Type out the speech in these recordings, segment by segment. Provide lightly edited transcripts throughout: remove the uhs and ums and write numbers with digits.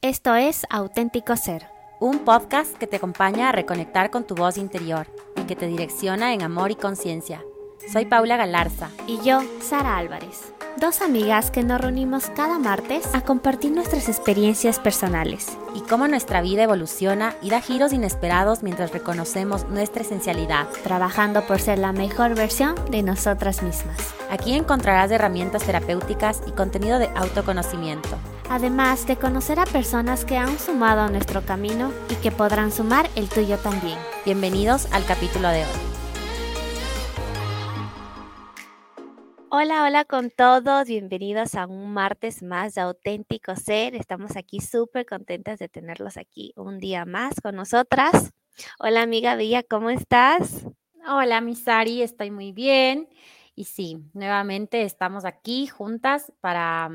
Esto es Auténtico Ser, un podcast que te acompaña a reconectar con tu voz interior y que te direcciona en amor y conciencia. Soy Paula Galarza. y yo, Sara Álvarez, dos amigas que nos reunimos cada martes a compartir nuestras experiencias personales. Y cómo nuestra vida evoluciona y da giros inesperados mientras reconocemos nuestra esencialidad, Trabajando por ser la mejor versión de nosotras mismas. Aquí encontrarás herramientas terapéuticas y contenido de autoconocimiento. Además de conocer a personas que han sumado a nuestro camino y que podrán sumar el tuyo también. Bienvenidos al capítulo de hoy. Hola con todos, bienvenidos a un martes más de Auténtico Ser. Estamos aquí súper contentas de tenerlos aquí un día más con nosotras. Hola amiga Villa, ¿cómo estás? Hola, mi Sari, estoy muy bien. Y sí, nuevamente estamos aquí juntas para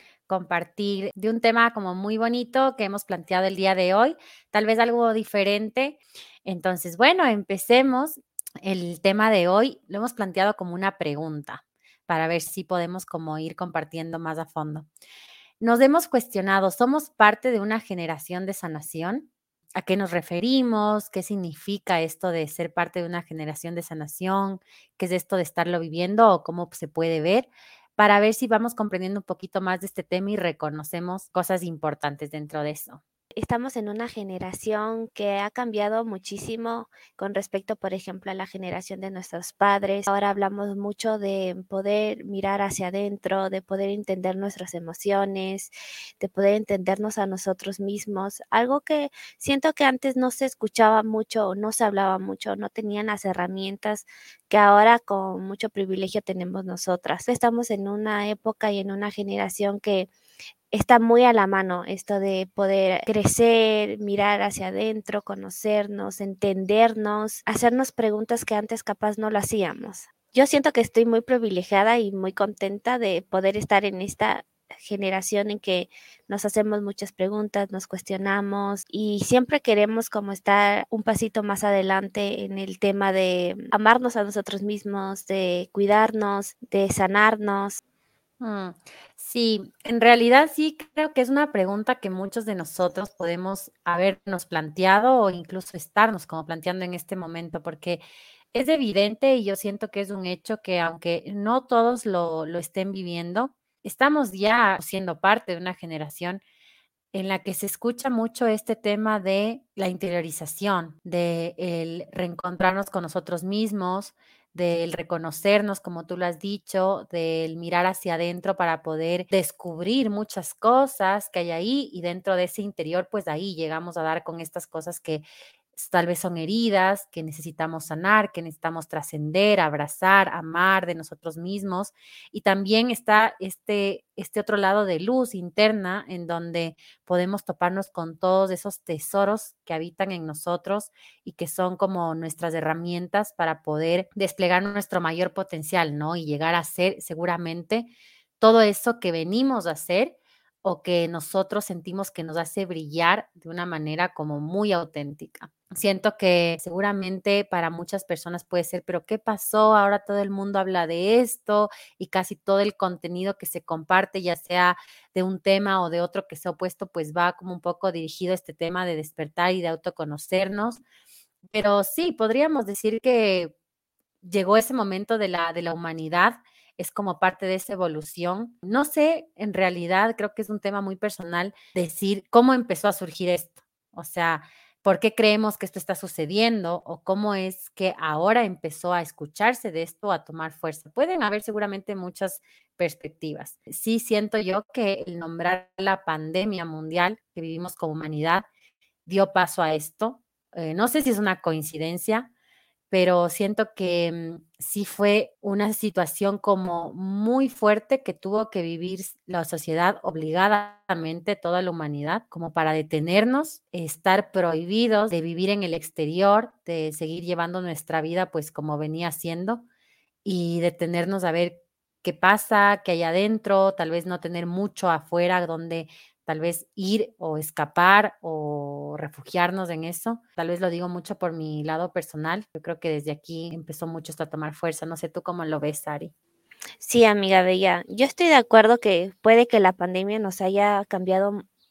compartir de un tema como muy bonito que hemos planteado el día de hoy, tal vez algo diferente. Entonces, bueno, empecemos. El tema de hoy lo hemos planteado como una pregunta para ver si podemos como ir compartiendo más a fondo. Nos hemos cuestionado, ¿somos parte de una generación de sanación? ¿A qué nos referimos? ¿Qué significa esto de ser parte de una generación de sanación? ¿Qué es esto de estarlo viviendo o cómo se puede ver? Para ver si vamos comprendiendo un poquito más de este tema y reconocemos cosas importantes dentro de eso. Estamos en una generación que ha cambiado muchísimo con respecto, por ejemplo, a la generación de nuestros padres. Ahora hablamos mucho de poder mirar hacia adentro, de poder entender nuestras emociones, de poder entendernos a nosotros mismos. Algo que siento que antes no se escuchaba mucho o no se hablaba mucho, no tenían las herramientas que ahora con mucho privilegio tenemos nosotras. Estamos en una época y en una generación que está muy a la mano esto de poder crecer, mirar hacia adentro, conocernos, entendernos, hacernos preguntas que antes capaz no lo hacíamos. Yo siento que estoy muy privilegiada y muy contenta de poder estar en esta generación en que nos hacemos muchas preguntas, nos cuestionamos y siempre queremos como estar un pasito más adelante en el tema de amarnos a nosotros mismos, de cuidarnos, de sanarnos. Mm, Sí, en realidad sí creo que es una pregunta que muchos de nosotros podemos habernos planteado o incluso estarnos como planteando en este momento, porque es evidente y yo siento que es un hecho que aunque no todos lo estén viviendo, estamos ya siendo parte de una generación en la que se escucha mucho este tema de la interiorización, de el reencontrarnos con nosotros mismos, del reconocernos, como tú lo has dicho, del mirar hacia adentro para poder descubrir muchas cosas que hay ahí y dentro de ese interior, pues ahí llegamos a dar con estas cosas que tal vez son heridas, que necesitamos sanar, que necesitamos trascender, abrazar, amar de nosotros mismos. Y también está este otro lado de luz interna en donde podemos toparnos con todos esos tesoros que habitan en nosotros y que son como nuestras herramientas para poder desplegar nuestro mayor potencial, ¿no? Y llegar a ser seguramente todo eso que venimos a hacer o que nosotros sentimos que nos hace brillar de una manera como muy auténtica. Siento que seguramente para muchas personas puede ser, pero ¿qué pasó? Ahora todo el mundo habla de esto y casi todo el contenido que se comparte, ya sea de un tema o de otro que sea opuesto, pues va como un poco dirigido a este tema de despertar y de autoconocernos. Pero sí, podríamos decir que llegó ese momento de la humanidad, es como parte de esa evolución. No sé, en realidad creo que es un tema muy personal decir cómo empezó a surgir esto. O sea, ¿por qué creemos que esto está sucediendo o cómo es que ahora empezó a escucharse de esto, a tomar fuerza? Pueden haber seguramente muchas perspectivas. Sí siento yo que el nombrar la pandemia mundial que vivimos como humanidad dio paso a esto. No sé si es una coincidencia, pero siento que sí fue una situación como muy fuerte que tuvo que vivir la sociedad obligadamente, toda la humanidad, como para detenernos, estar prohibidos de vivir en el exterior, de seguir llevando nuestra vida pues como venía siendo y detenernos a ver qué pasa, qué hay adentro, tal vez no tener mucho afuera donde tal vez ir o escapar o refugiarnos en eso. Tal vez lo digo mucho por mi lado personal. Yo creo que desde aquí empezó mucho esto a tomar fuerza. No sé tú cómo lo ves, Ari. Sí, amiga Bella, yo estoy de acuerdo que puede que la pandemia nos haya cambiado, bueno,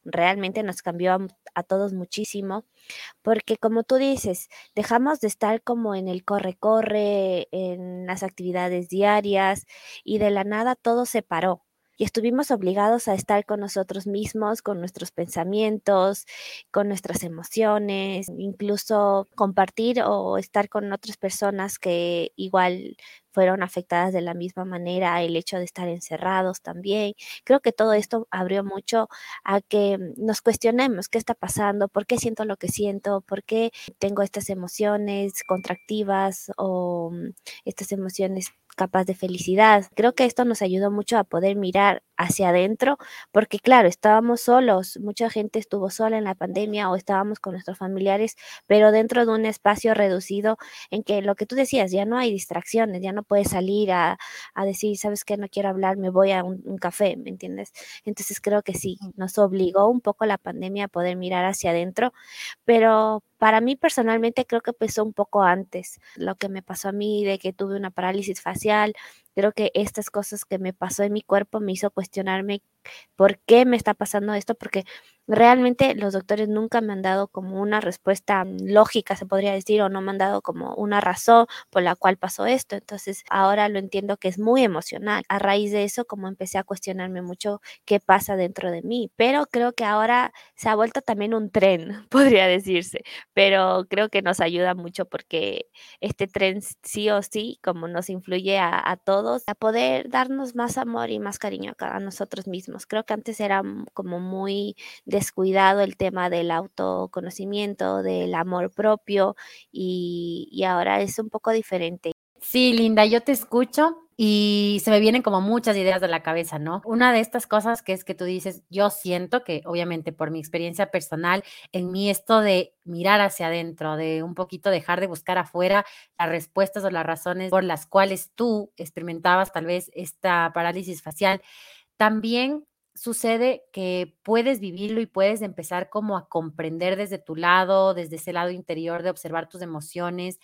realmente nos cambió a todos muchísimo, porque como tú dices, dejamos de estar como en el corre-corre, en las actividades diarias y de la nada todo se paró. Y estuvimos obligados a estar con nosotros mismos, con nuestros pensamientos, con nuestras emociones, incluso compartir o estar con otras personas que igual fueron afectadas de la misma manera, el hecho de estar encerrados también. Creo que todo esto abrió mucho a que nos cuestionemos qué está pasando, por qué siento lo que siento, por qué tengo estas emociones contractivas o estas emociones capaz de felicidad. Creo que esto nos ayudó mucho a poder mirar hacia adentro, porque claro, estábamos solos, mucha gente estuvo sola en la pandemia o estábamos con nuestros familiares, pero dentro de un espacio reducido en que lo que tú decías, ya no hay distracciones, ya no puedes salir a decir, sabes que no quiero hablar, me voy a un café, ¿me entiendes? Entonces creo que sí, nos obligó un poco la pandemia a poder mirar hacia adentro, pero para mí personalmente creo que empezó un poco antes. Lo que me pasó a mí de que tuve una parálisis facial, creo que estas cosas que me pasó en mi cuerpo me hizo cuestionarme por qué me está pasando esto, porque realmente los doctores nunca me han dado como una respuesta lógica, se podría decir, o no me han dado como una razón por la cual pasó esto. Entonces ahora lo entiendo que es muy emocional. A raíz de eso, como empecé a cuestionarme mucho qué pasa dentro de mí, pero creo que ahora se ha vuelto también un tren, podría decirse, pero creo que nos ayuda mucho porque este tren sí o sí, como nos influye a todos, a poder darnos más amor y más cariño a nosotros mismos. Creo que antes era como muy descuidado el tema del autoconocimiento, del amor propio y ahora es un poco diferente. Sí, Linda, yo te escucho y se me vienen como muchas ideas de la cabeza, ¿no? Una de estas cosas que es que tú dices, yo siento que obviamente por mi experiencia personal, en mí esto de mirar hacia adentro, de un poquito dejar de buscar afuera las respuestas o las razones por las cuales tú experimentabas tal vez esta parálisis facial, también sucede que puedes vivirlo y puedes empezar como a comprender desde tu lado, desde ese lado interior de observar tus emociones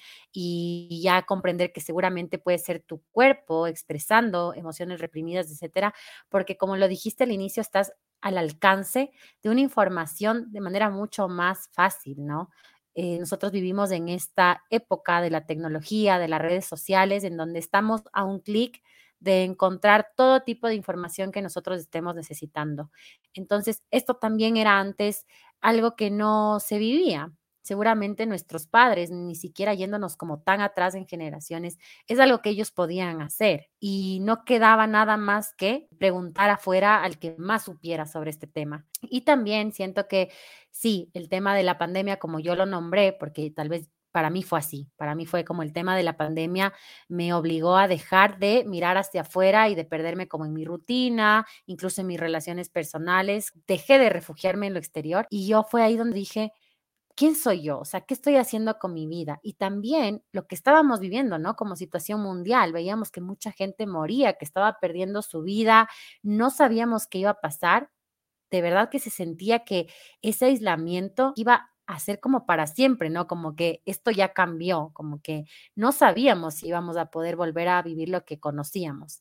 y ya comprender que seguramente puede ser tu cuerpo expresando emociones reprimidas, etcétera, porque como lo dijiste al inicio, estás al alcance de una información de manera mucho más fácil, ¿no? Nosotros vivimos en esta época de la tecnología, de las redes sociales, en donde estamos a un clic de encontrar todo tipo de información que nosotros estemos necesitando. Entonces, esto también era antes algo que no se vivía. Seguramente nuestros padres, ni siquiera yéndonos como tan atrás en generaciones, es algo que ellos podían hacer y no quedaba nada más que preguntar afuera al que más supiera sobre este tema. Y también siento que sí, el tema de la pandemia, como yo lo nombré, porque tal vez para mí fue así, para mí fue como el tema de la pandemia me obligó a dejar de mirar hacia afuera y de perderme como en mi rutina, incluso en mis relaciones personales. Dejé de refugiarme en lo exterior y yo fue ahí donde dije, ¿quién soy yo? O sea, ¿qué estoy haciendo con mi vida? Y también lo que estábamos viviendo, ¿no? Como situación mundial, veíamos que mucha gente moría, que estaba perdiendo su vida, no sabíamos qué iba a pasar. De verdad que se sentía que ese aislamiento iba a ser como para siempre, ¿no? Como que esto ya cambió, como que no sabíamos si íbamos a poder volver a vivir lo que conocíamos.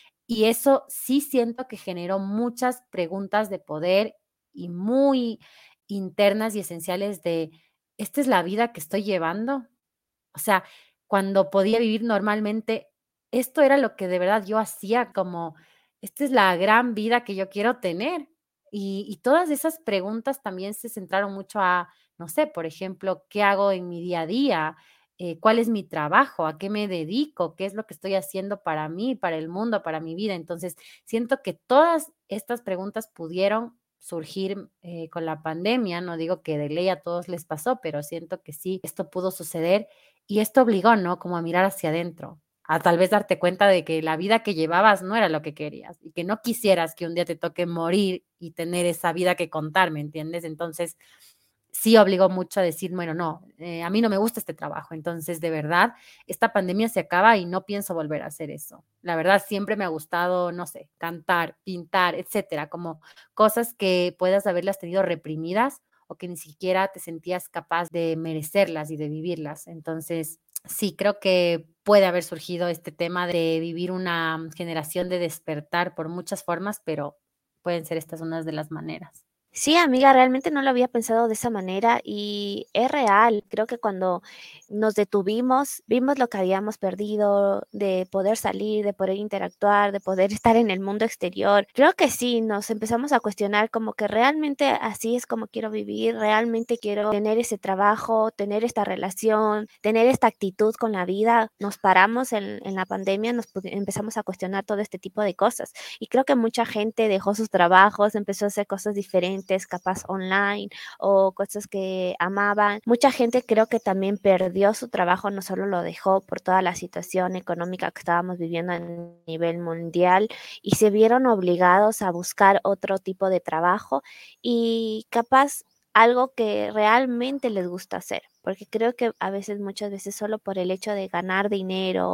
Y eso sí siento que generó muchas preguntas de poder y muy internas y esenciales de, ¿esta es la vida que estoy llevando? O sea, cuando podía vivir normalmente, esto era lo que de verdad yo hacía como, esta es la gran vida que yo quiero tener. Y todas esas preguntas también se centraron mucho a, no sé, por ejemplo, ¿qué hago en mi día a día? ¿Cuál es mi trabajo? ¿A qué me dedico? ¿Qué es lo que estoy haciendo para mí, para el mundo, para mi vida? Entonces, siento que todas estas preguntas pudieron surgir con la pandemia. No digo que de ley a todos les pasó, pero siento que sí, esto pudo suceder y esto obligó, ¿no? Como a mirar hacia adentro, a tal vez darte cuenta de que la vida que llevabas no era lo que querías y que no quisieras que un día te toque morir y tener esa vida que contar, ¿me entiendes? Entonces, sí obligó mucho a decir, bueno, no, a mí no me gusta este trabajo, entonces de verdad, esta pandemia se acaba y no pienso volver a hacer eso. La verdad, siempre me ha gustado, no sé, cantar, pintar, etcétera, como cosas que puedas haberlas tenido reprimidas o que ni siquiera te sentías capaz de merecerlas y de vivirlas. Entonces, sí, creo que puede haber surgido este tema de vivir una generación de despertar por muchas formas, pero pueden ser estas unas de las maneras. Sí, amiga, realmente no lo había pensado de esa manera y es real. Creo que cuando nos detuvimos, vimos lo que habíamos perdido de poder salir, de poder interactuar, de poder estar en el mundo exterior. Creo que sí, nos empezamos a cuestionar como que realmente así es como quiero vivir, realmente quiero tener ese trabajo, tener esta relación, tener esta actitud con la vida. Nos paramos en la pandemia, empezamos a cuestionar todo este tipo de cosas. Y creo que mucha gente dejó sus trabajos, empezó a hacer cosas diferentes, capaz online o cosas que amaban. Mucha gente creo que también perdió su trabajo, no solo lo dejó por toda la situación económica que estábamos viviendo a nivel mundial y se vieron obligados a buscar otro tipo de trabajo y capaz algo que realmente les gusta hacer. Porque creo que a veces, muchas veces, solo por el hecho de ganar dinero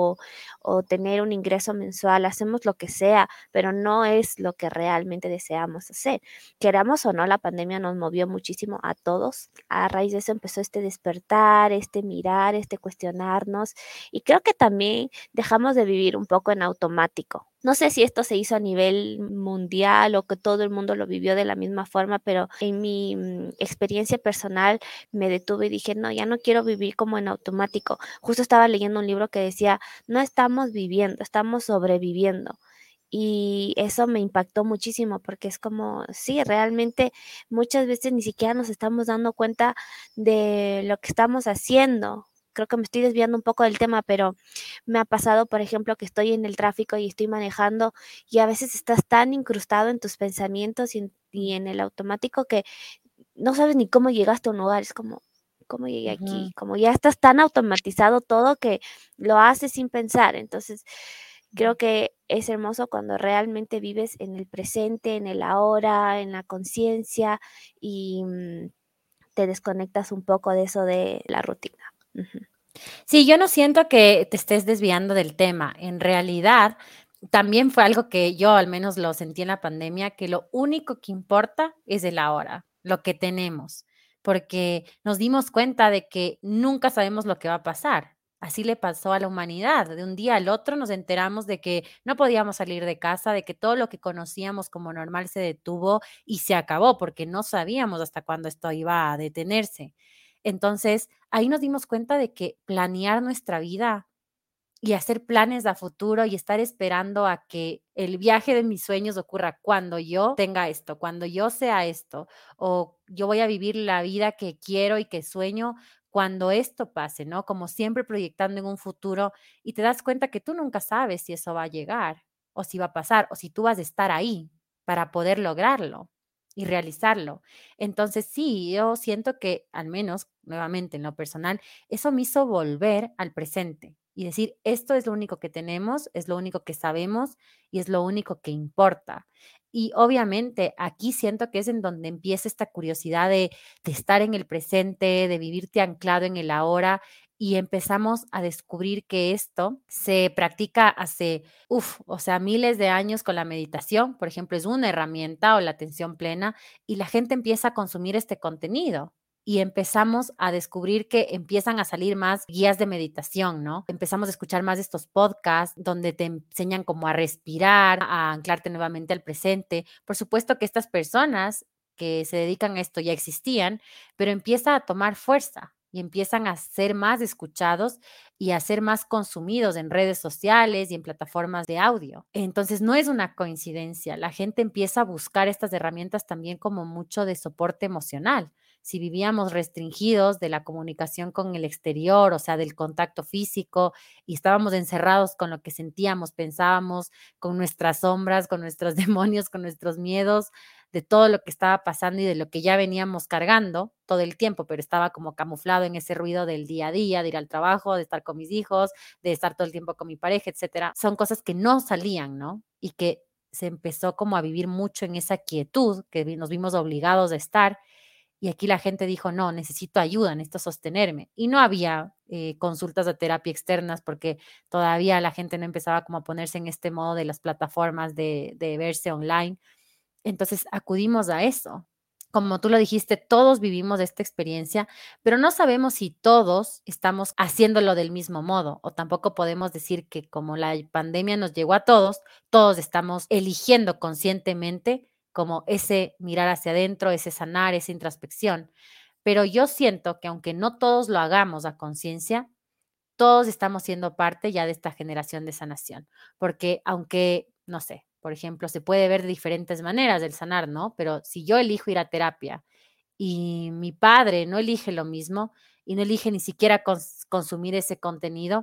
o tener un ingreso mensual, hacemos lo que sea, pero no es lo que realmente deseamos hacer. Queramos o no, la pandemia nos movió muchísimo a todos. A raíz de eso empezó este despertar, este mirar, este cuestionarnos y creo que también dejamos de vivir un poco en automático. No sé si esto se hizo a nivel mundial o que todo el mundo lo vivió de la misma forma, pero en mi experiencia personal me detuve y dije, no, ya no quiero vivir como en automático. Justo estaba leyendo un libro que decía, no estamos viviendo, estamos sobreviviendo. Y eso me impactó muchísimo porque es como, sí, realmente muchas veces ni siquiera nos estamos dando cuenta de lo que estamos haciendo. Creo que me estoy desviando un poco del tema, pero me ha pasado, por ejemplo, que estoy en el tráfico y estoy manejando y a veces estás tan incrustado en tus pensamientos y en el automático que no sabes ni cómo llegaste a un lugar. Es como, ¿cómo llegué aquí? Ujú. Como ya estás tan automatizado todo que lo haces sin pensar. Entonces, creo que es hermoso cuando realmente vives en el presente, en el ahora, en la conciencia y te desconectas un poco de eso de la rutina. Ujú. Sí, yo no siento que te estés desviando del tema. En realidad, también fue algo que yo al menos lo sentí en la pandemia, que lo único que importa es el ahora, lo que tenemos, porque nos dimos cuenta de que nunca sabemos lo que va a pasar. Así le pasó a la humanidad. De un día al otro nos enteramos de que no podíamos salir de casa, de que todo lo que conocíamos como normal se detuvo y se acabó, porque no sabíamos hasta cuándo esto iba a detenerse. Entonces, ahí nos dimos cuenta de que planear nuestra vida y hacer planes a futuro y estar esperando a que el viaje de mis sueños ocurra cuando yo tenga esto, cuando yo sea esto, o yo voy a vivir la vida que quiero y que sueño cuando esto pase, ¿no? Como siempre proyectando en un futuro y te das cuenta que tú nunca sabes si eso va a llegar o si va a pasar o si tú vas a estar ahí para poder lograrlo y realizarlo. Entonces, sí, yo siento que al menos, nuevamente en lo personal, eso me hizo volver al presente y decir, esto es lo único que tenemos, es lo único que sabemos y es lo único que importa. Y obviamente aquí siento que es en donde empieza esta curiosidad de estar en el presente, de vivirte anclado en el ahora y empezamos a descubrir que esto se practica hace, o sea, miles de años con la meditación, por ejemplo, es una herramienta o la atención plena y la gente empieza a consumir este contenido y empezamos a descubrir que empiezan a salir más guías de meditación, ¿no? Empezamos a escuchar más de estos podcasts donde te enseñan cómo a respirar, a anclarte nuevamente al presente. Por supuesto que estas personas que se dedican a esto ya existían, pero empieza a tomar fuerza y empiezan a ser más escuchados y a ser más consumidos en redes sociales y en plataformas de audio. Entonces, no es una coincidencia. La gente empieza a buscar estas herramientas también como mucho de soporte emocional. Si vivíamos restringidos de la comunicación con el exterior, o sea, del contacto físico, y estábamos encerrados con lo que sentíamos, pensábamos, con nuestras sombras, con nuestros demonios, con nuestros miedos, de todo lo que estaba pasando y de lo que ya veníamos cargando todo el tiempo, pero estaba como camuflado en ese ruido del día a día, de ir al trabajo, de estar con mis hijos, de estar todo el tiempo con mi pareja, etcétera. Son cosas que no salían, ¿no? Y que se empezó como a vivir mucho en esa quietud que nos vimos obligados a estar y aquí la gente dijo, no, necesito ayuda, necesito sostenerme. Y no había consultas de terapia externas porque todavía la gente no empezaba como a ponerse en este modo de las plataformas de verse online. Entonces acudimos a eso. Como tú lo dijiste, todos vivimos esta experiencia, pero no sabemos si todos estamos haciéndolo del mismo modo o tampoco podemos decir que como la pandemia nos llegó a todos, todos estamos eligiendo conscientemente como ese mirar hacia adentro, ese sanar, esa introspección. Pero yo siento que aunque no todos lo hagamos a conciencia, todos estamos siendo parte ya de esta generación de sanación, porque aunque, no sé, por ejemplo, se puede ver de diferentes maneras el sanar, ¿no? Pero si yo elijo ir a terapia y mi padre no elige lo mismo y no elige ni siquiera consumir ese contenido,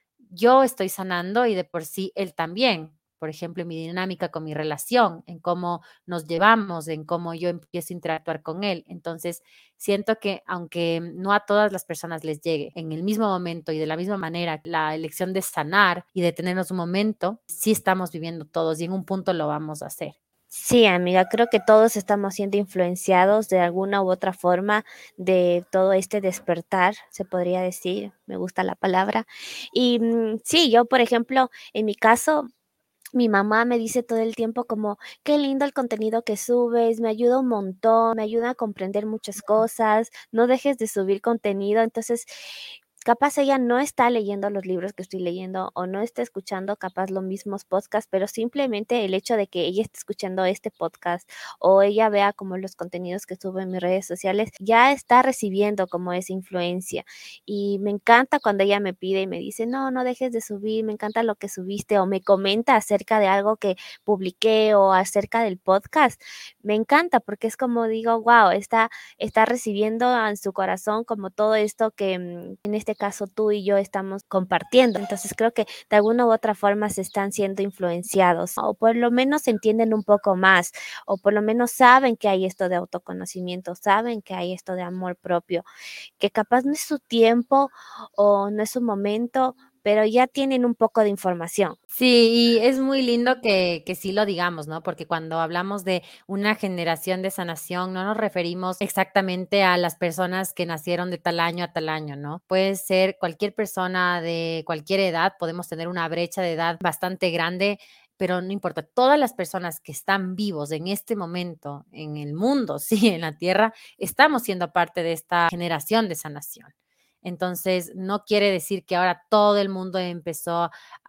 yo estoy sanando y de por sí él también. Por ejemplo, en mi dinámica con mi relación, en cómo nos llevamos, en cómo yo empiezo a interactuar con él. Entonces, siento que aunque no a todas las personas les llegue en el mismo momento y de la misma manera la elección de sanar y de tenernos un momento, sí estamos viviendo todos y en un punto lo vamos a hacer. Sí, amiga, creo que todos estamos siendo influenciados de alguna u otra forma de todo este despertar, se podría decir, me gusta la palabra. Y sí, yo, por ejemplo, en mi caso, mi mamá me dice todo el tiempo como, qué lindo el contenido que subes, me ayuda un montón, me ayuda a comprender muchas cosas, no dejes de subir contenido. Entonces, capaz ella no está leyendo los libros que estoy leyendo o no está escuchando capaz los mismos podcasts, pero simplemente el hecho de que ella esté escuchando este podcast o ella vea como los contenidos que subo en mis redes sociales, ya está recibiendo como esa influencia. Y me encanta cuando ella me pide y me dice, no, no dejes de subir, me encanta lo que subiste o me comenta acerca de algo que publiqué o acerca del podcast. Me encanta porque es como digo, wow, está recibiendo en su corazón como todo esto que en este caso tú y yo estamos compartiendo. Entonces creo que de alguna u otra forma se están siendo influenciados o por lo menos entienden un poco más o por lo menos saben que hay esto de autoconocimiento, saben que hay esto de amor propio, que capaz no es su tiempo o no es su momento, pero ya tienen un poco de información. Sí, y es muy lindo que sí lo digamos, ¿no? Porque cuando hablamos de una generación de sanación, no nos referimos exactamente a las personas que nacieron de tal año a tal año, ¿no? Puede ser cualquier persona de cualquier edad, podemos tener una brecha de edad bastante grande, pero no importa, todas las personas que están vivos en este momento, en el mundo, sí, en la Tierra, estamos siendo parte de esta generación de sanación. Entonces, no quiere decir que ahora todo el mundo empezó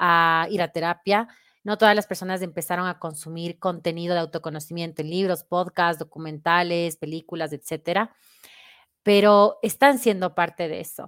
a ir a terapia. No todas las personas empezaron a consumir contenido de autoconocimiento en libros, podcasts, documentales, películas, etcétera, pero están siendo parte de eso.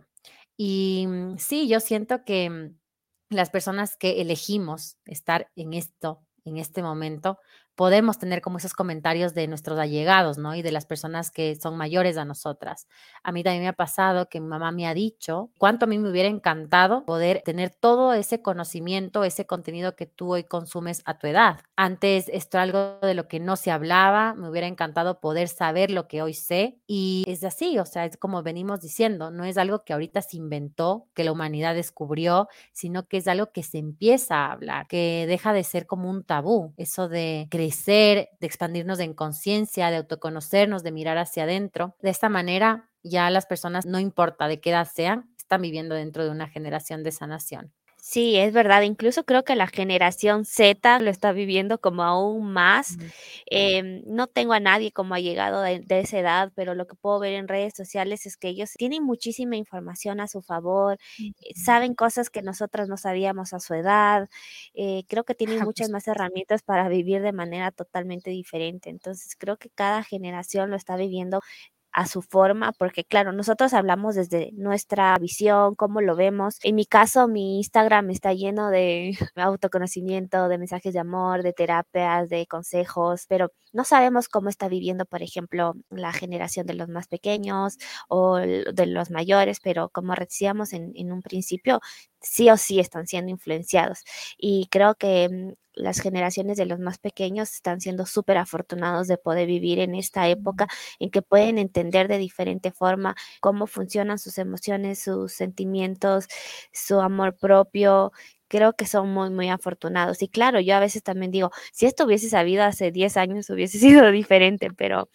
Y sí, yo siento que las personas que elegimos estar en esto, en este momento, podemos tener como esos comentarios de nuestros allegados, ¿no? Y de las personas que son mayores a nosotras. A mí también me ha pasado que mi mamá me ha dicho cuánto a mí me hubiera encantado poder tener todo ese conocimiento, ese contenido que tú hoy consumes a tu edad. Antes esto era algo de lo que no se hablaba, me hubiera encantado poder saber lo que hoy sé y es así, o sea, es como venimos diciendo, no es algo que ahorita se inventó, que la humanidad descubrió, sino que es algo que se empieza a hablar, que deja de ser como un tabú, eso de crecer, de expandirnos en conciencia, de autoconocernos, de mirar hacia adentro. De esta manera, ya las personas, no importa de qué edad sean, están viviendo dentro de una generación de sanación. Sí, es verdad. Incluso creo que la generación Z lo está viviendo como aún más. Ujú. No tengo a nadie como ha llegado de esa edad, pero lo que puedo ver en redes sociales es que ellos tienen muchísima información a su favor, saben cosas que nosotros no sabíamos a su edad. Creo que tienen Por muchas más supuesto. herramientas para vivir de manera totalmente diferente. Entonces, creo que cada generación lo está viviendo a su forma, porque claro, nosotros hablamos desde nuestra visión, cómo lo vemos. En mi caso, mi Instagram está lleno de autoconocimiento, de mensajes de amor, de terapias, de consejos, pero no sabemos cómo está viviendo, por ejemplo, la generación de los más pequeños o de los mayores, pero como decíamos en un principio, sí o sí están siendo influenciados. Y creo que las generaciones de los más pequeños están siendo súper afortunados de poder vivir en esta época en que pueden entender de diferente forma cómo funcionan sus emociones, sus sentimientos, su amor propio. Creo que son muy, muy afortunados. Y claro, yo a veces también digo, si esto hubiese sabido hace 10 años hubiese sido diferente,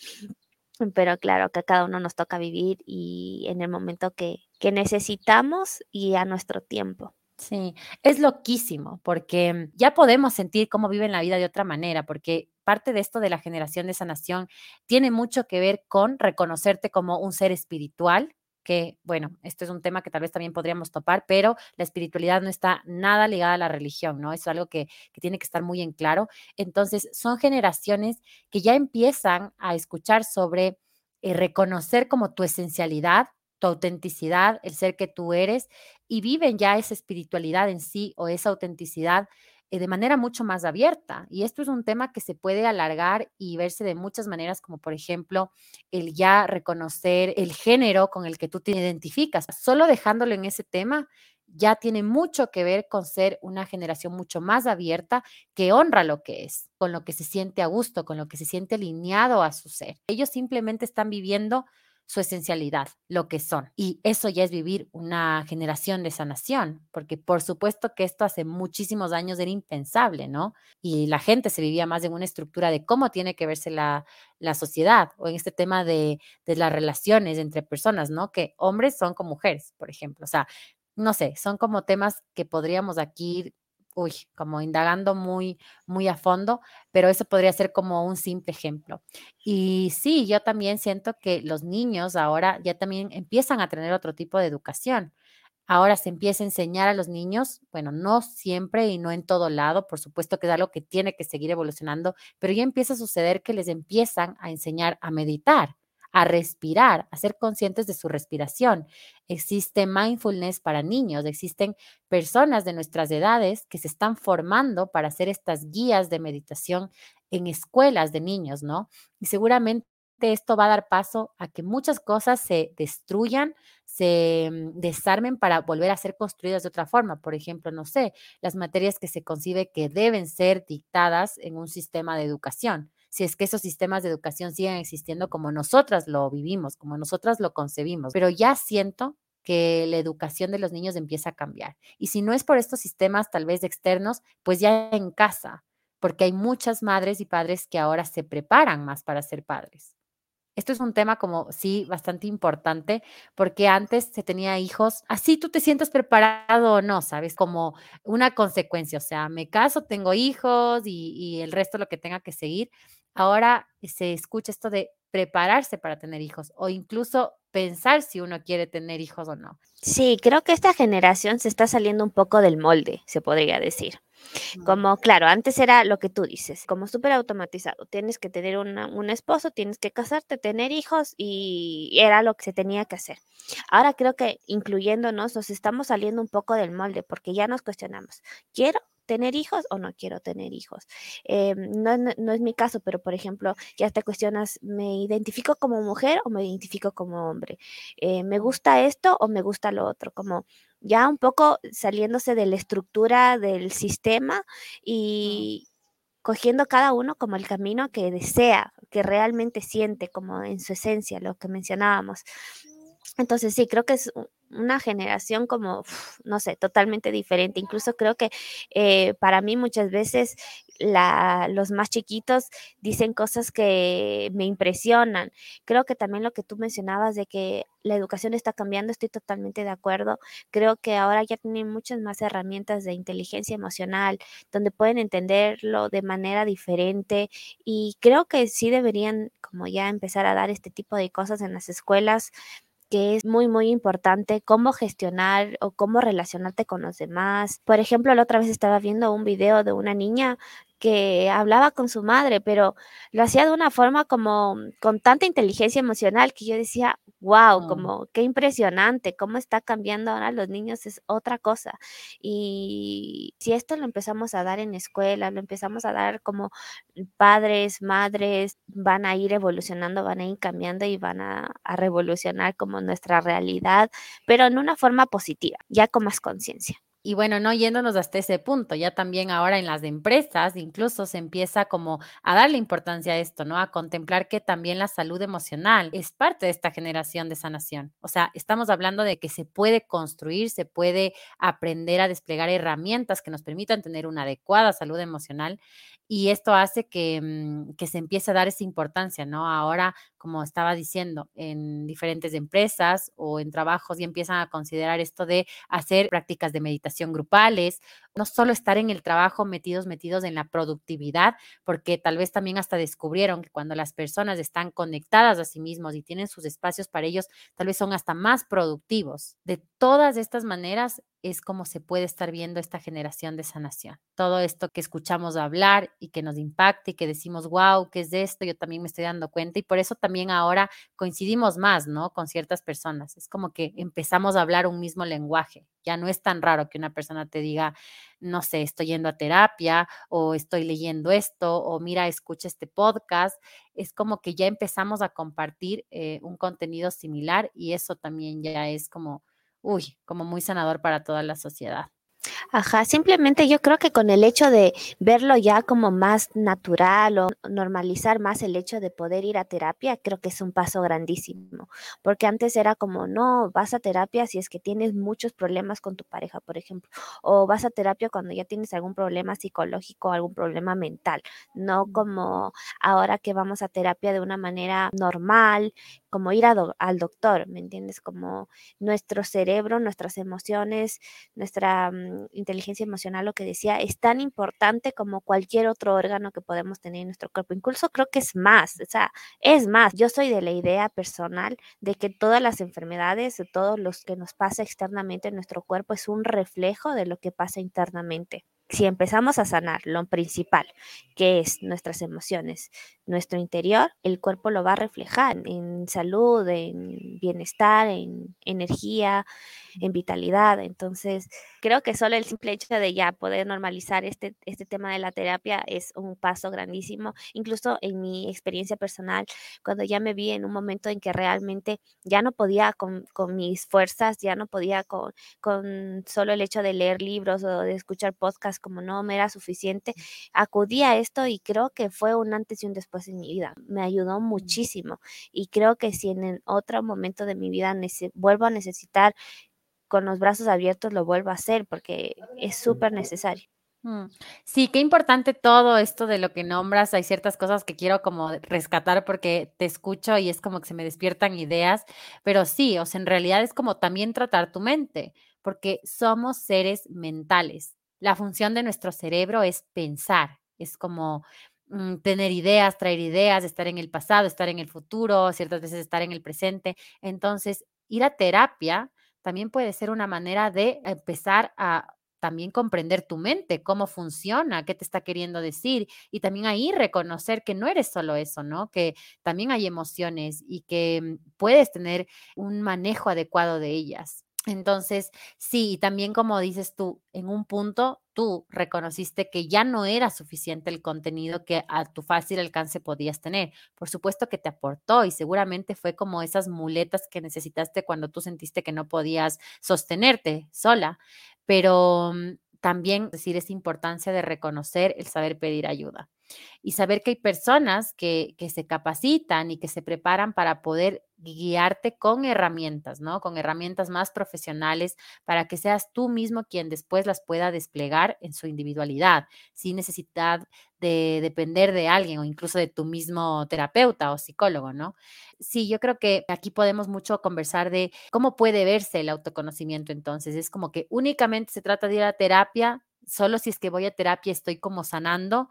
pero claro, que a cada uno nos toca vivir y en el momento que necesitamos y a nuestro tiempo. Sí, es loquísimo porque ya podemos sentir cómo viven la vida de otra manera, porque parte de esto de la generación de sanación tiene mucho que ver con reconocerte como un ser espiritual, que, bueno, esto es un tema que tal vez también podríamos topar, pero la espiritualidad no está nada ligada a la religión, ¿no? Eso es algo que tiene que estar muy en claro. Entonces, son generaciones que ya empiezan a escuchar sobre reconocer como tu esencialidad, tu autenticidad, el ser que tú eres, y viven ya esa espiritualidad en sí o esa autenticidad de manera mucho más abierta. Y esto es un tema que se puede alargar y verse de muchas maneras, como por ejemplo el ya reconocer el género con el que tú te identificas. Solo dejándolo en ese tema ya tiene mucho que ver con ser una generación mucho más abierta que honra lo que es, con lo que se siente a gusto, con lo que se siente alineado a su ser. Ellos simplemente están viviendo su esencialidad, lo que son. Y eso ya es vivir una generación de sanación, porque por supuesto que esto hace muchísimos años era impensable, ¿no? Y la gente se vivía más en una estructura de cómo tiene que verse la sociedad o en este tema de las relaciones entre personas, ¿no? Que hombres son con mujeres, por ejemplo. O sea, no sé, son como temas que podríamos aquí ir, uy, como indagando muy, muy a fondo, pero eso podría ser como un simple ejemplo. Y sí, yo también siento que los niños ahora ya también empiezan a tener otro tipo de educación. Ahora se empieza a enseñar a los niños, bueno, no siempre y no en todo lado, por supuesto que es algo que tiene que seguir evolucionando, pero ya empieza a suceder que les empiezan a enseñar a meditar, a respirar, a ser conscientes de su respiración. Existe mindfulness para niños, existen personas de nuestras edades que se están formando para hacer estas guías de meditación en escuelas de niños, ¿no? Y seguramente esto va a dar paso a que muchas cosas se destruyan, se desarmen para volver a ser construidas de otra forma. Por ejemplo, no sé, las materias que se concibe que deben ser dictadas en un sistema de educación. Si es que esos sistemas de educación siguen existiendo como nosotras lo vivimos, como nosotras lo concebimos. Pero ya siento que la educación de los niños empieza a cambiar. Y si no es por estos sistemas tal vez externos, pues ya en casa, porque hay muchas madres y padres que ahora se preparan más para ser padres. Esto es un tema como, sí, bastante importante, porque antes se tenía hijos, así tú te sientes preparado o no, ¿sabes? Como una consecuencia, o sea, me caso, tengo hijos y el resto lo que tenga que seguir. Ahora se escucha esto de prepararse para tener hijos o incluso pensar si uno quiere tener hijos o no. Sí, creo que esta generación se está saliendo un poco del molde, se podría decir. Mm, Como, claro, antes era lo que tú dices, como súper automatizado. Tienes que tener un esposo, tienes que casarte, tener hijos y era lo que se tenía que hacer. Ahora creo que incluyéndonos nos estamos saliendo un poco del molde porque ya nos cuestionamos, ¿quiero tener hijos o no quiero tener hijos? No es mi caso, pero por ejemplo, ya te cuestionas, ¿me identifico como mujer o me identifico como hombre? ¿Me mm, gusta esto o me gusta lo otro? Como ya un poco saliéndose de la estructura del sistema mm. y cogiendo cada uno como el camino que desea, que realmente siente, como en su esencia, lo que mencionábamos. Entonces sí, creo que es una generación como, no sé, totalmente diferente. Incluso creo que para mí muchas veces los más chiquitos dicen cosas que me impresionan. Creo que también lo que tú mencionabas de que la educación está cambiando, estoy totalmente de acuerdo. Creo que ahora ya tienen muchas más herramientas de inteligencia emocional, donde pueden entenderlo de manera diferente y creo que sí deberían como ya empezar a dar este tipo de cosas en las escuelas que es muy, muy importante cómo gestionar o cómo relacionarte con los demás. Por ejemplo, la otra vez estaba viendo un video de una niña que hablaba con su madre, pero lo hacía de una forma como con tanta inteligencia emocional que yo decía, wow, Mm. como qué impresionante, cómo está cambiando ahora los niños es otra cosa. Y si esto lo empezamos a dar en escuela, lo empezamos a dar como padres, madres van a ir evolucionando, van a ir cambiando y van a revolucionar como nuestra realidad, pero en una forma positiva, ya con más conciencia. Y bueno, no yéndonos hasta ese punto, ya también ahora en las empresas incluso se empieza como a darle importancia a esto, ¿no? A contemplar que también la salud emocional es parte de esta generación de sanación. O sea, estamos hablando de que se puede construir, se puede aprender a desplegar herramientas que nos permitan tener una adecuada salud emocional Y esto hace que se empiece a dar esa importancia, ¿no? Ahora, como estaba diciendo, en diferentes empresas o en trabajos ya empiezan a considerar esto de hacer prácticas de meditación grupales, no solo estar en el trabajo metidos en la productividad, porque tal vez también hasta descubrieron que cuando las personas están conectadas a sí mismos y tienen sus espacios para ellos, tal vez son hasta más productivos. De todas estas maneras es como se puede estar viendo esta generación de sanación. Todo esto que escuchamos hablar y que nos impacta y que decimos, wow, ¿qué es de esto? Yo también me estoy dando cuenta y por eso también ahora coincidimos más, ¿no? Con ciertas personas. Es como que empezamos a hablar un mismo lenguaje. Ya no es tan raro que una persona te diga, no sé, estoy yendo a terapia o estoy leyendo esto o mira, escucha este podcast. Es como que ya empezamos a compartir un contenido similar y eso también ya es como, uy, como muy sanador para toda la sociedad. Ajá, simplemente yo creo que con el hecho de verlo ya como más natural o normalizar más el hecho de poder ir a terapia, creo que es un paso grandísimo, porque antes era como, no, vas a terapia si es que tienes muchos problemas con tu pareja, por ejemplo, o vas a terapia cuando ya tienes algún problema psicológico, algún problema mental, no como ahora que vamos a terapia de una manera normal, como ir al doctor, ¿me entiendes? Como nuestro cerebro, nuestras emociones, nuestra inteligencia emocional, lo que decía, es tan importante como cualquier otro órgano que podemos tener en nuestro cuerpo. Incluso creo que es más, o sea, es más. Yo soy de la idea personal de que todas las enfermedades, todos los que nos pasa externamente en nuestro cuerpo es un reflejo de lo que pasa internamente. Si empezamos a sanar lo principal, que es nuestras emociones, nuestro interior, el cuerpo lo va a reflejar en salud, en bienestar, en energía, en vitalidad. Entonces, creo que solo el simple hecho de ya poder normalizar este tema de la terapia es un paso grandísimo. Incluso en mi experiencia personal, cuando ya me vi en un momento en que realmente ya no podía con mis fuerzas, ya no podía con solo el hecho de leer libros o de escuchar podcasts, como no me era suficiente, acudí a esto y creo que fue un antes y un después en mi vida. Me ayudó muchísimo y creo que si en otro momento de mi vida vuelvo a necesitar con los brazos abiertos lo vuelvo a hacer porque es súper necesario. Mm. Sí, qué importante todo esto de lo que nombras. Hay ciertas cosas que quiero como rescatar porque te escucho y es como que se me despiertan ideas, pero sí, o sea, en realidad es como también tratar tu mente, porque somos seres mentales. La función de nuestro cerebro es pensar, es como tener ideas, traer ideas, estar en el pasado, estar en el futuro, ciertas veces estar en el presente. Entonces, ir a terapia también puede ser una manera de empezar a también comprender tu mente, cómo funciona, qué te está queriendo decir y también ahí reconocer que no eres solo eso, ¿no? Que también hay emociones y que puedes tener un manejo adecuado de ellas. Entonces, sí, y también como dices tú, en un punto tú reconociste que ya no era suficiente el contenido que a tu fácil alcance podías tener. Por supuesto que te aportó y seguramente fue como esas muletas que necesitaste cuando tú sentiste que no podías sostenerte sola, pero también decir esa importancia de reconocer el saber pedir ayuda y saber que hay personas que se capacitan y que se preparan para poder guiarte con herramientas, ¿no? Con herramientas más profesionales para que seas tú mismo quien después las pueda desplegar en su individualidad, sin necesidad de depender de alguien o incluso de tu mismo terapeuta o psicólogo, ¿no? Sí, yo creo que aquí podemos mucho conversar de cómo puede verse el autoconocimiento entonces. Es como que únicamente se trata de ir a terapia, solo si es que voy a terapia estoy como sanando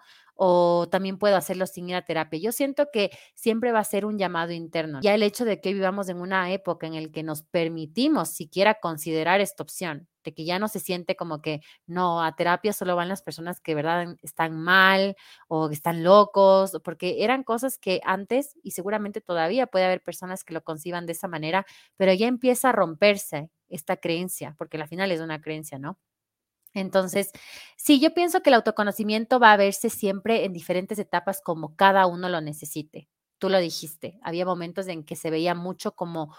o también puedo hacerlo sin ir a terapia. Yo siento que siempre va a ser un llamado interno. Ya el hecho de que hoy vivamos en una época en la que nos permitimos siquiera considerar esta opción, de que ya no se siente como que no, a terapia solo van las personas que, verdad, están mal o que están locos, porque eran cosas que antes y seguramente todavía puede haber personas que lo conciban de esa manera, pero ya empieza a romperse esta creencia, porque al final es una creencia, ¿no? Entonces, sí, yo pienso que el autoconocimiento va a verse siempre en diferentes etapas como cada uno lo necesite. Tú lo dijiste, había momentos en que se veía mucho como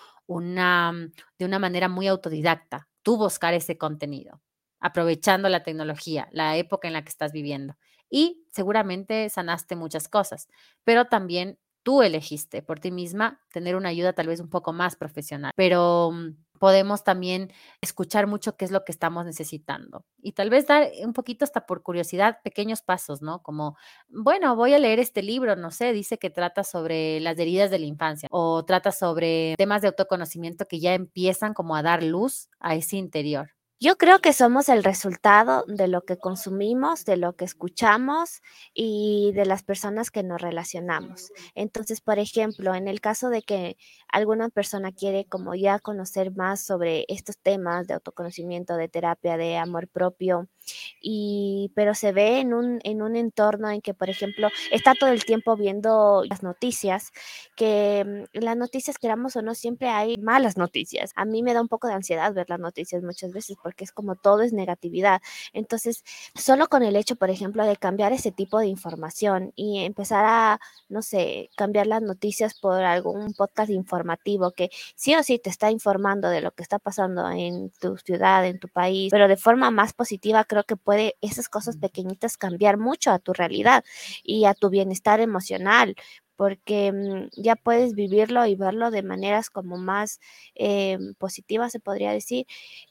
de una manera muy autodidacta, tú buscar ese contenido, aprovechando la tecnología, la época en la que estás viviendo. Y seguramente sanaste muchas cosas, pero también tú elegiste por ti misma tener una ayuda tal vez un poco más profesional. Pero podemos también escuchar mucho qué es lo que estamos necesitando y tal vez dar un poquito hasta por curiosidad pequeños pasos, ¿no? Como, bueno, voy a leer este libro, no sé, dice que trata sobre las heridas de la infancia o trata sobre temas de autoconocimiento que ya empiezan como a dar luz a ese interior. Yo creo que somos el resultado de lo que consumimos, de lo que escuchamos y de las personas que nos relacionamos. Entonces, por ejemplo, en el caso de que alguna persona quiere como ya conocer más sobre estos temas de autoconocimiento, de terapia, de amor propio, pero se ve en un entorno en que, por ejemplo, está todo el tiempo viendo las noticias, que las noticias, queramos o no, siempre hay malas noticias. A mí me da un poco de ansiedad ver las noticias muchas veces porque es como todo es negatividad. Entonces, solo con el hecho, por ejemplo, de cambiar ese tipo de información y empezar a, no sé, cambiar las noticias por algún podcast informativo que sí o sí te está informando de lo que está pasando en tu ciudad, en tu país, pero de forma más positiva, creo que puede esas cosas pequeñitas cambiar mucho a tu realidad y a tu bienestar emocional porque ya puedes vivirlo y verlo de maneras como más positivas, se podría decir,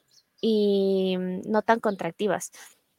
y no tan contractivas.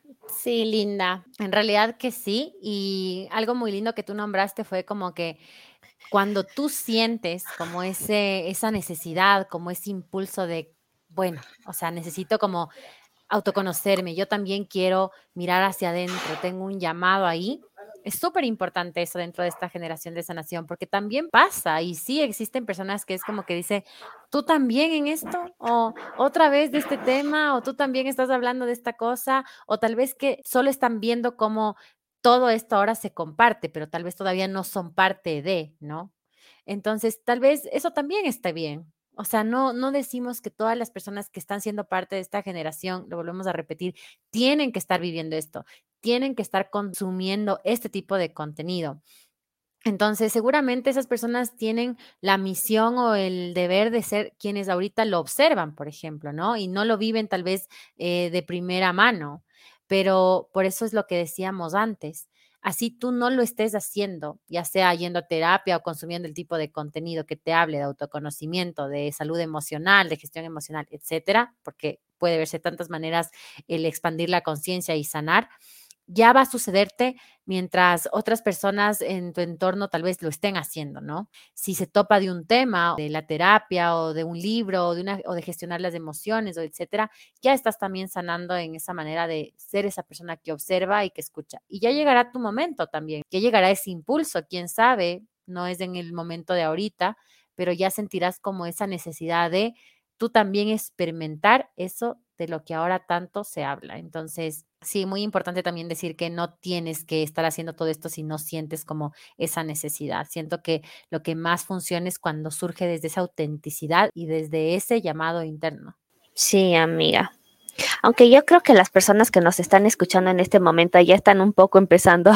Sí, linda. En realidad que sí. Y algo muy lindo que tú nombraste fue como que cuando tú sientes como esa necesidad, como ese impulso de, bueno, o sea, necesito como autoconocerme, yo también quiero mirar hacia adentro, tengo un llamado ahí. Es súper importante eso dentro de esta generación de sanación, porque también pasa y sí existen personas que es como que dice, tú también en esto, o otra vez de este tema, o tú también estás hablando de esta cosa, o tal vez que solo están viendo cómo todo esto ahora se comparte, pero tal vez todavía no son parte de, ¿no? Entonces, tal vez eso también está bien. O sea, no decimos que todas las personas que están siendo parte de esta generación, lo volvemos a repetir, tienen que estar viviendo esto, tienen que estar consumiendo este tipo de contenido. Entonces, seguramente esas personas tienen la misión o el deber de ser quienes ahorita lo observan, por ejemplo, ¿no? Y no lo viven tal vez de primera mano, pero por eso es lo que decíamos antes. Así tú no lo estés haciendo, ya sea yendo a terapia o consumiendo el tipo de contenido que te hable de autoconocimiento, de salud emocional, de gestión emocional, etcétera, porque puede verse de tantas maneras el expandir la conciencia y sanar ya va a sucederte mientras otras personas en tu entorno tal vez lo estén haciendo, ¿no? Si se topa de un tema, de la terapia o de un libro o de gestionar las emociones o etcétera, ya estás también sanando en esa manera de ser esa persona que observa y que escucha. Y ya llegará tu momento también, ya llegará ese impulso, quién sabe, no es en el momento de ahorita, pero ya sentirás como esa necesidad de tú también experimentar eso de lo que ahora tanto se habla. Entonces, sí, muy importante también decir que no tienes que estar haciendo todo esto si no sientes como esa necesidad. Siento que lo que más funciona es cuando surge desde esa autenticidad y desde ese llamado interno. Sí, amiga. Aunque yo creo que las personas que nos están escuchando en este momento ya están un poco empezando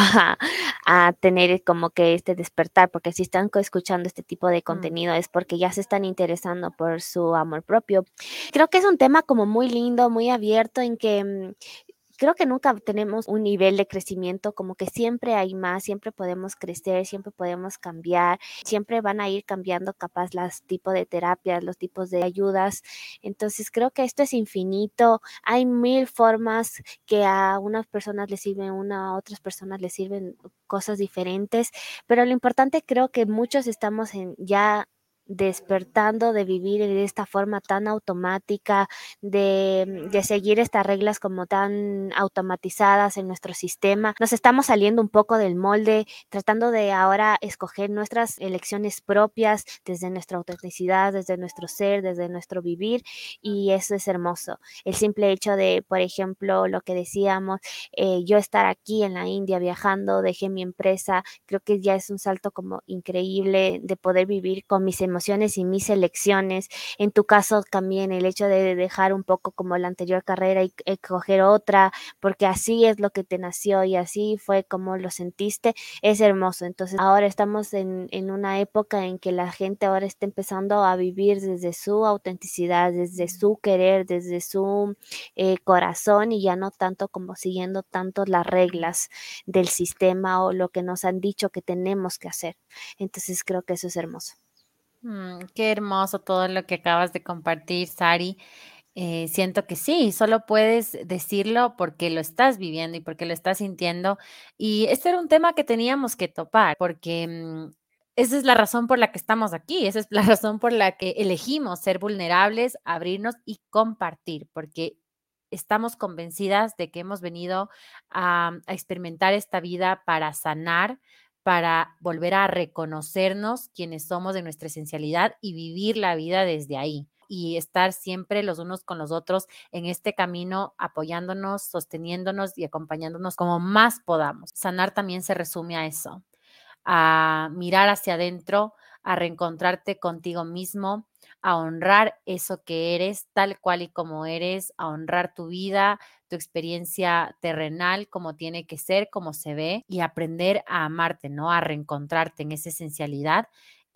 a tener como que este despertar, porque si están escuchando este tipo de Mm. contenido es porque ya se están interesando por su amor propio. Creo que es un tema como muy lindo, muy abierto, en que creo que nunca tenemos un nivel de crecimiento, como que siempre hay más, siempre podemos crecer, siempre podemos cambiar, siempre van a ir cambiando capaz los tipos de terapias, los tipos de ayudas. Entonces creo que esto es infinito, hay mil formas que a unas personas les sirven una, a otras personas les sirven cosas diferentes, pero lo importante creo que muchos estamos en ya despertando de vivir de esta forma tan automática, de seguir estas reglas como tan automatizadas en nuestro sistema. Nos estamos saliendo un poco del molde, tratando de ahora escoger nuestras elecciones propias desde nuestra autenticidad, desde nuestro ser, desde nuestro vivir, y eso es hermoso. El simple hecho de, por ejemplo, lo que decíamos, yo estar aquí en la India viajando, dejé mi empresa, creo que ya es un salto como increíble de poder vivir con mis emociones y mis elecciones. En tu caso también el hecho de dejar un poco como la anterior carrera y coger otra, porque así es lo que te nació y así fue como lo sentiste, es hermoso. Entonces ahora estamos en una época en que la gente ahora está empezando a vivir desde su autenticidad, desde su querer, desde su corazón y ya no tanto como siguiendo tanto las reglas del sistema o lo que nos han dicho que tenemos que hacer. Entonces creo que eso es hermoso. Qué hermoso todo lo que acabas de compartir, Sari. Siento que sí, solo puedes decirlo porque lo estás viviendo y porque lo estás sintiendo. Y este era un tema que teníamos que topar, porque esa es la razón por la que estamos aquí, esa es la razón por la que elegimos ser vulnerables, abrirnos y compartir, porque estamos convencidas de que hemos venido a experimentar esta vida para sanar, para volver a reconocernos quienes somos de nuestra esencialidad y vivir la vida desde ahí y estar siempre los unos con los otros en este camino, apoyándonos, sosteniéndonos y acompañándonos como más podamos. Sanar también se resume a eso, a mirar hacia adentro, a reencontrarte contigo mismo, a honrar eso que eres, tal cual y como eres, a honrar tu vida, tu experiencia terrenal, como tiene que ser, como se ve, y aprender a amarte, ¿no? A reencontrarte en esa esencialidad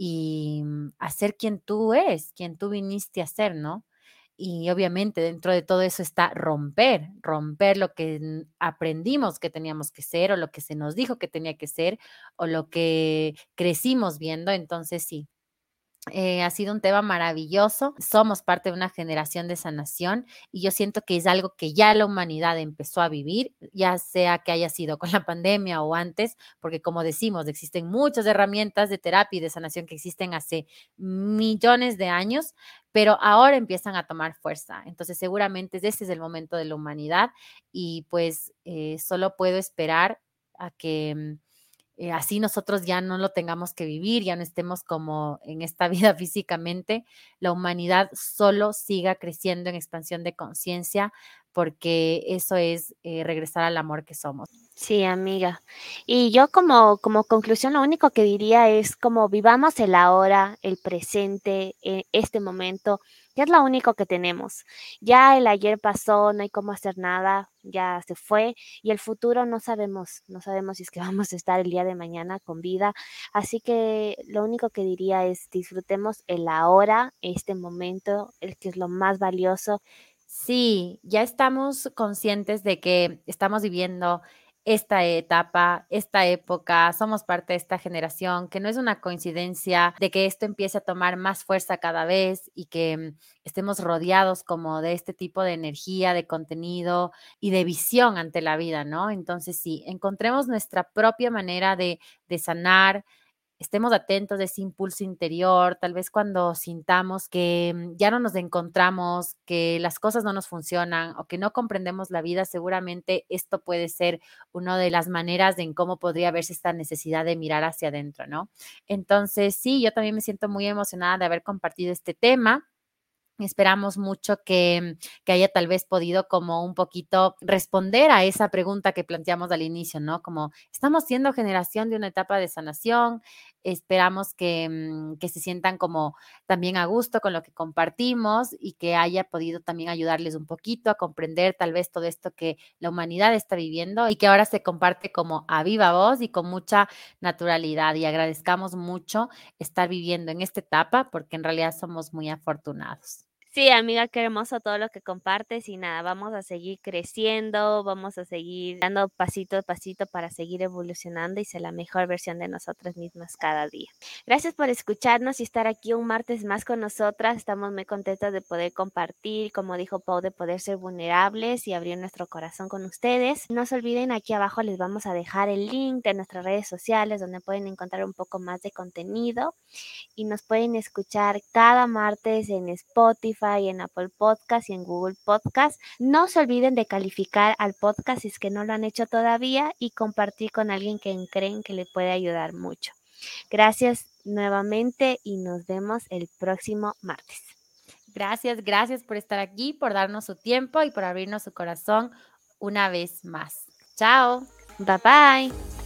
y a ser quien tú eres, quien tú viniste a ser, ¿no? Y obviamente dentro de todo eso está romper lo que aprendimos que teníamos que ser o lo que se nos dijo que tenía que ser o lo que crecimos viendo. Entonces sí, ha sido un tema maravilloso. Somos parte de una generación de sanación y yo siento que es algo que ya la humanidad empezó a vivir, ya sea que haya sido con la pandemia o antes, porque como decimos, existen muchas herramientas de terapia y de sanación que existen hace millones de años, pero ahora empiezan a tomar fuerza. Entonces seguramente ese es el momento de la humanidad y pues solo puedo esperar a que así nosotros ya no lo tengamos que vivir, ya no estemos como en esta vida físicamente, la humanidad solo siga creciendo en expansión de conciencia, porque eso es regresar al amor que somos. Sí, amiga. Y yo como conclusión lo único que diría es como vivamos el ahora, el presente, este momento, ya es lo único que tenemos. Ya el ayer pasó, no hay cómo hacer nada, ya se fue y el futuro no sabemos si es que vamos a estar el día de mañana con vida. Así que lo único que diría es disfrutemos el ahora, este momento, el que es lo más valioso. Sí, ya estamos conscientes de que estamos viviendo esta etapa, esta época, somos parte de esta generación, que no es una coincidencia de que esto empiece a tomar más fuerza cada vez y que estemos rodeados como de este tipo de energía, de contenido y de visión ante la vida, ¿no? Entonces, sí, encontremos nuestra propia manera de sanar, estemos atentos de ese impulso interior, tal vez cuando sintamos que ya no nos encontramos, que las cosas no nos funcionan o que no comprendemos la vida, seguramente esto puede ser una de las maneras de en cómo podría verse esta necesidad de mirar hacia adentro, ¿no? Entonces, sí, yo también me siento muy emocionada de haber compartido este tema. Esperamos mucho que haya tal vez podido como un poquito responder a esa pregunta que planteamos al inicio, ¿no? Como estamos siendo generación de una etapa de sanación, esperamos que se sientan como también a gusto con lo que compartimos y que haya podido también ayudarles un poquito a comprender tal vez todo esto que la humanidad está viviendo y que ahora se comparte como a viva voz y con mucha naturalidad. Y agradezcamos mucho estar viviendo en esta etapa porque en realidad somos muy afortunados. Sí, amiga, qué hermoso todo lo que compartes y nada, vamos a seguir creciendo, vamos a seguir dando pasito a pasito para seguir evolucionando y ser la mejor versión de nosotras mismas cada día. Gracias por escucharnos y estar aquí un martes más con nosotras. Estamos muy contentas de poder compartir, como dijo Pau, de poder ser vulnerables y abrir nuestro corazón con ustedes. No se olviden, aquí abajo les vamos a dejar el link de nuestras redes sociales donde pueden encontrar un poco más de contenido y nos pueden escuchar cada martes en Spotify, en Apple Podcast y en Google Podcast. No se olviden de calificar al podcast si es que no lo han hecho todavía y compartir con alguien que creen que le puede ayudar mucho. Gracias nuevamente y nos vemos el próximo martes. Gracias, gracias por estar aquí, por darnos su tiempo y por abrirnos su corazón una vez más. Chao. Bye bye.